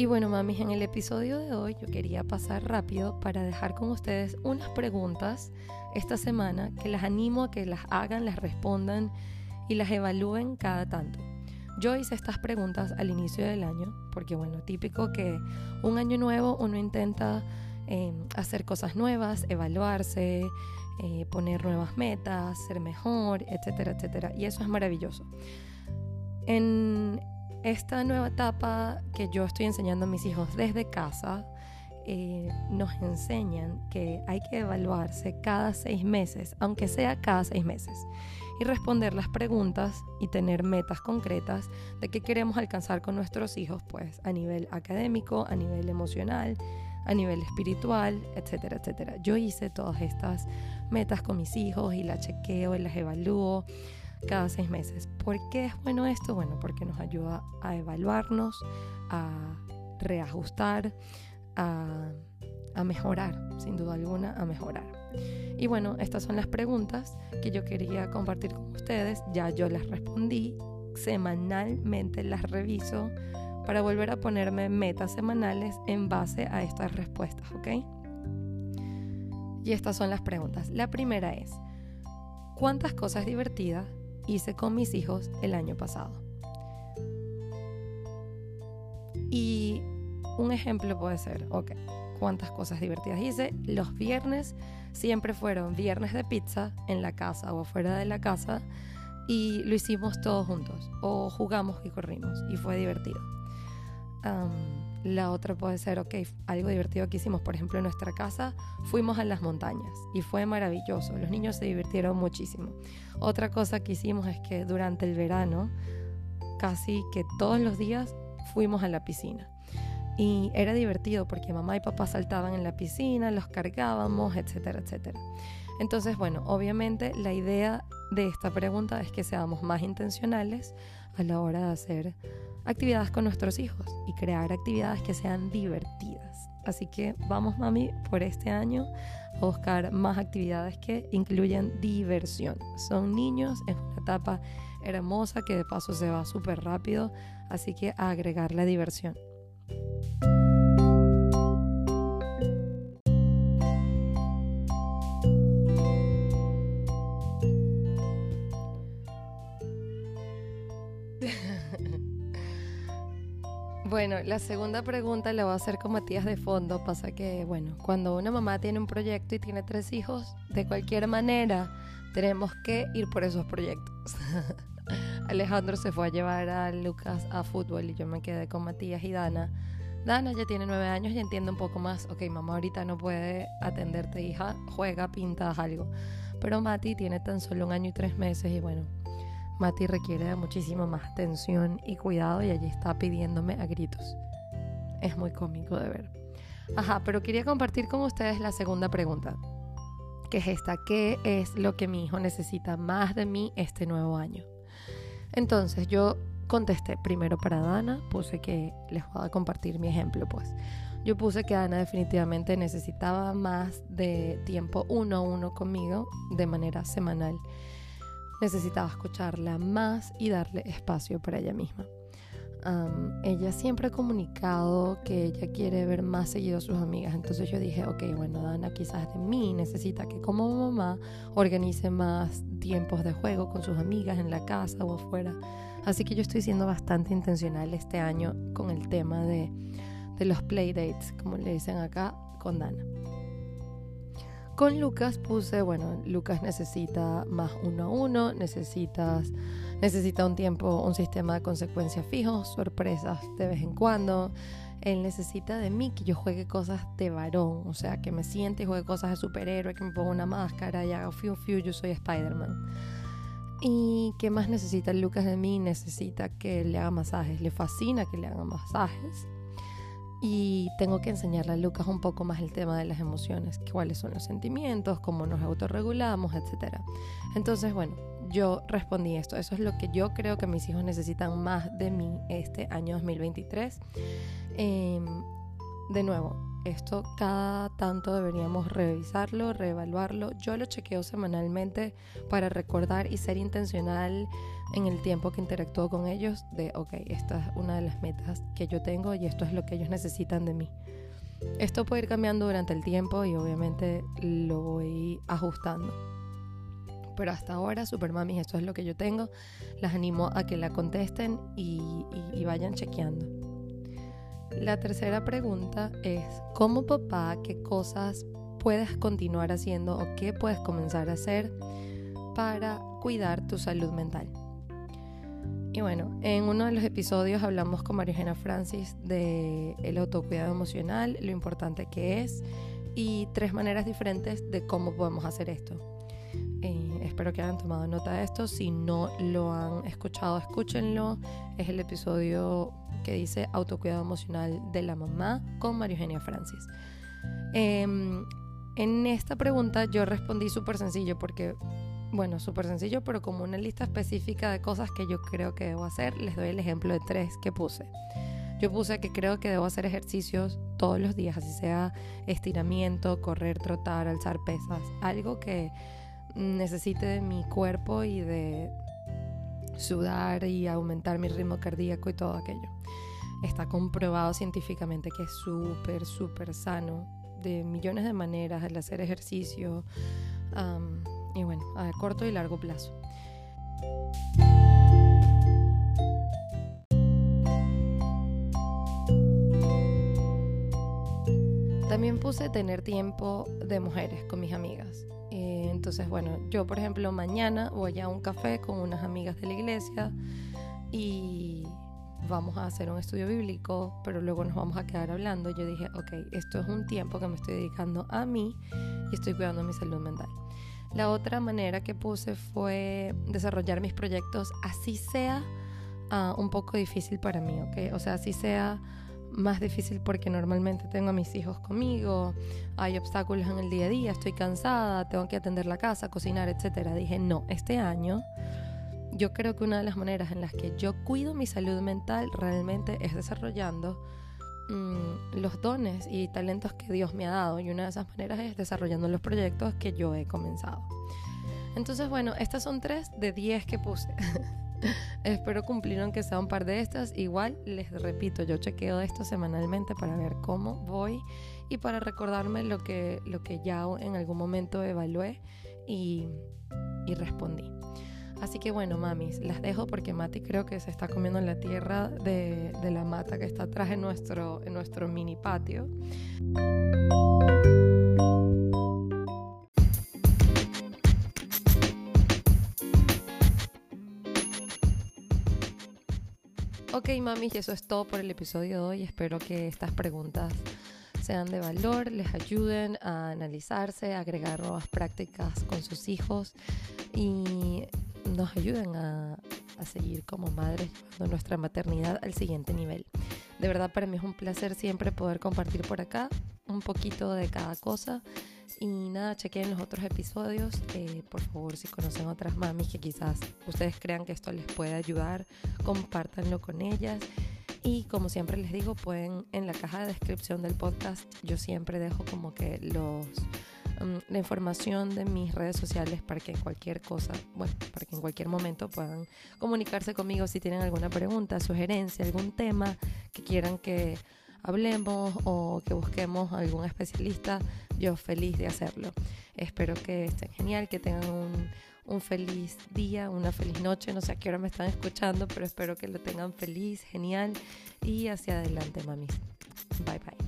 Y bueno, mamis, en el episodio de hoy yo quería pasar rápido para dejar con ustedes unas preguntas esta semana que las animo a que las hagan, las respondan y las evalúen cada tanto. Yo hice estas preguntas al inicio del año porque, bueno, típico que un año nuevo uno intenta hacer cosas nuevas, evaluarse, poner nuevas metas, ser mejor, etcétera, etcétera. Y eso es maravilloso. En esta nueva etapa que yo estoy enseñando a mis hijos desde casa, nos enseñan que hay que evaluarse cada 6 meses, aunque sea cada 6 meses, y responder las preguntas y tener metas concretas de qué queremos alcanzar con nuestros hijos, pues a nivel académico, a nivel emocional, a nivel espiritual, etcétera, etcétera. Yo hice todas estas metas con mis hijos y las chequeo y las evalúo cada 6 meses. ¿Por qué es bueno esto? Bueno, porque nos ayuda a evaluarnos, a reajustar, a mejorar, sin duda alguna, a mejorar. Y bueno, estas son las preguntas que yo quería compartir con ustedes. Ya yo las respondí, semanalmente las reviso para volver a ponerme metas semanales en base a estas respuestas, ¿ok? Y estas son las preguntas. La primera es: ¿cuántas cosas divertidas hice con mis hijos el año pasado? Y un ejemplo puede ser, ok, ¿cuántas cosas divertidas hice? Los viernes siempre fueron viernes de pizza en la casa o afuera de la casa, y lo hicimos todos juntos, o jugamos y corrimos, y fue divertido. La otra puede ser, ok, algo divertido que hicimos, por ejemplo, en nuestra casa fuimos a las montañas y fue maravilloso, los niños se divirtieron muchísimo. Otra cosa que hicimos es que durante el verano casi que todos los días fuimos a la piscina y era divertido porque mamá y papá saltaban en la piscina, los cargábamos, etcétera, etcétera. Entonces, bueno, obviamente la idea de esta pregunta es que seamos más intencionales a la hora de hacer actividades con nuestros hijos y crear actividades que sean divertidas. Así que vamos, mami, por este año a buscar más actividades que incluyan diversión. Son niños, es una etapa hermosa que de paso se va súper rápido, así que a agregar la diversión. Bueno, la segunda pregunta la voy a hacer con Matías de fondo. Pasa que, bueno, cuando una mamá tiene un proyecto y tiene 3 hijos, de cualquier manera tenemos que ir por esos proyectos. Alejandro se fue a llevar a Lucas a fútbol y yo me quedé con Matías y Dana. Dana ya tiene 9 años y entiende un poco más. Ok, mamá ahorita no puede atenderte, hija, juega, pinta, haz algo. Pero Mati tiene tan solo 1 año y 3 meses y bueno, Mati requiere de muchísimo más atención y cuidado y allí está pidiéndome a gritos. Es muy cómico de ver. Pero quería compartir con ustedes la segunda pregunta, que es esta: ¿qué es lo que mi hijo necesita más de mí este nuevo año? Entonces yo contesté primero para Dana, puse que les voy a compartir mi ejemplo, pues. Yo puse que Dana definitivamente necesitaba más de tiempo 1 a 1 conmigo de manera semanal. Necesitaba escucharla más y darle espacio para ella misma. Ella siempre ha comunicado que ella quiere ver más seguido a sus amigas. Entonces yo dije, ok, bueno, Dana quizás de mí necesita que como mamá organice más tiempos de juego con sus amigas en la casa o afuera. Así que yo estoy siendo bastante intencional este año con el tema de los playdates, como le dicen acá, con Dana. Con Lucas puse, bueno, Lucas necesita más 1 a 1, necesita un tiempo, un sistema de consecuencias fijos, sorpresas de vez en cuando. Él necesita de mí que yo juegue cosas de varón, o sea, que me siente y juegue cosas de superhéroe, que me ponga una máscara y haga fiu fiu, yo soy Spider-Man. ¿Y qué más necesita Lucas de mí? Necesita que le haga masajes, le fascina que le hagan masajes. Y tengo que enseñarle a Lucas un poco más el tema de las emociones, cuáles son los sentimientos, cómo nos autorregulamos, etc. Entonces, bueno, yo respondí esto. Eso es lo que yo creo que mis hijos necesitan más de mí este año 2023. De nuevo, esto cada tanto deberíamos revisarlo, reevaluarlo. Yo lo chequeo semanalmente para recordar y ser intencional en el tiempo que interactúo con ellos de, ok, esta es una de las metas que yo tengo y esto es lo que ellos necesitan de mí. Esto puede ir cambiando durante el tiempo y obviamente lo voy ajustando. Pero hasta ahora, Supermamis, esto es lo que yo tengo. Las animo a que la contesten y vayan chequeando. La tercera pregunta es, como papá, ¿qué cosas puedes continuar haciendo o qué puedes comenzar a hacer para cuidar tu salud mental? Y bueno, en uno de los episodios hablamos con María Eugenia Francis de el autocuidado emocional, lo importante que es y 3 maneras diferentes de cómo podemos hacer esto. Espero que hayan tomado nota de esto. Si no lo han escuchado, escúchenlo. Es el episodio que dice autocuidado emocional de la mamá con María Eugenia Francis. En esta pregunta yo respondí súper sencillo porque, bueno, súper sencillo, pero como una lista específica de cosas que yo creo que debo hacer. Les doy el ejemplo de 3 que puse. Yo puse que creo que debo hacer ejercicios todos los días, así sea estiramiento, correr, trotar, alzar pesas, algo que necesite de mi cuerpo y de sudar y aumentar mi ritmo cardíaco y todo aquello. Está comprobado científicamente que es súper, súper sano de millones de maneras el hacer ejercicio y bueno, a corto y largo plazo. También puse tener tiempo de mujeres con mis amigas. Entonces, bueno, yo por ejemplo mañana voy a un café con unas amigas de la iglesia y vamos a hacer un estudio bíblico, pero luego nos vamos a quedar hablando. Yo dije, ok, esto es un tiempo que me estoy dedicando a mí y estoy cuidando mi salud mental. La otra manera que puse fue desarrollar mis proyectos, así sea un poco difícil para mí, ¿ok? O sea, así sea más difícil porque normalmente tengo a mis hijos conmigo, hay obstáculos en el día a día, estoy cansada, tengo que atender la casa, cocinar, etcétera. Dije, no, este año yo creo que una de las maneras en las que yo cuido mi salud mental realmente es desarrollando los dones y talentos que Dios me ha dado, y una de esas maneras es desarrollando los proyectos que yo he comenzado. Entonces, bueno, estas son 3 de 10 que puse. Espero cumplir aunque sea un par de estas. Igual les repito, yo chequeo esto semanalmente para ver cómo voy y para recordarme lo que ya en algún momento evalué y respondí. Así que bueno, mamis, las dejo porque Mati creo que se está comiendo en la tierra de la mata que está atrás en nuestro mini patio. Ok, mamis, y eso es todo por el episodio de hoy. Espero que estas preguntas sean de valor, les ayuden a analizarse, a agregar nuevas prácticas con sus hijos y nos ayuden a seguir como madres llevando nuestra maternidad al siguiente nivel. De verdad, para mí es un placer siempre poder compartir por acá un poquito de cada cosa. Y nada, chequen los otros episodios. Por favor, si conocen otras mamis que quizás ustedes crean que esto les puede ayudar, compártanlo con ellas. Y como siempre les digo, pueden en la caja de descripción del podcast, yo siempre dejo como que la información de mis redes sociales para que en cualquier cosa, bueno, para que en cualquier momento puedan comunicarse conmigo si tienen alguna pregunta, sugerencia, algún tema que quieran que hablemos o que busquemos algún especialista. Yo feliz de hacerlo. Espero que estén genial, que tengan un feliz día, una feliz noche. No sé a qué hora me están escuchando, pero espero que lo tengan feliz, genial y hacia adelante, mamis. Bye bye.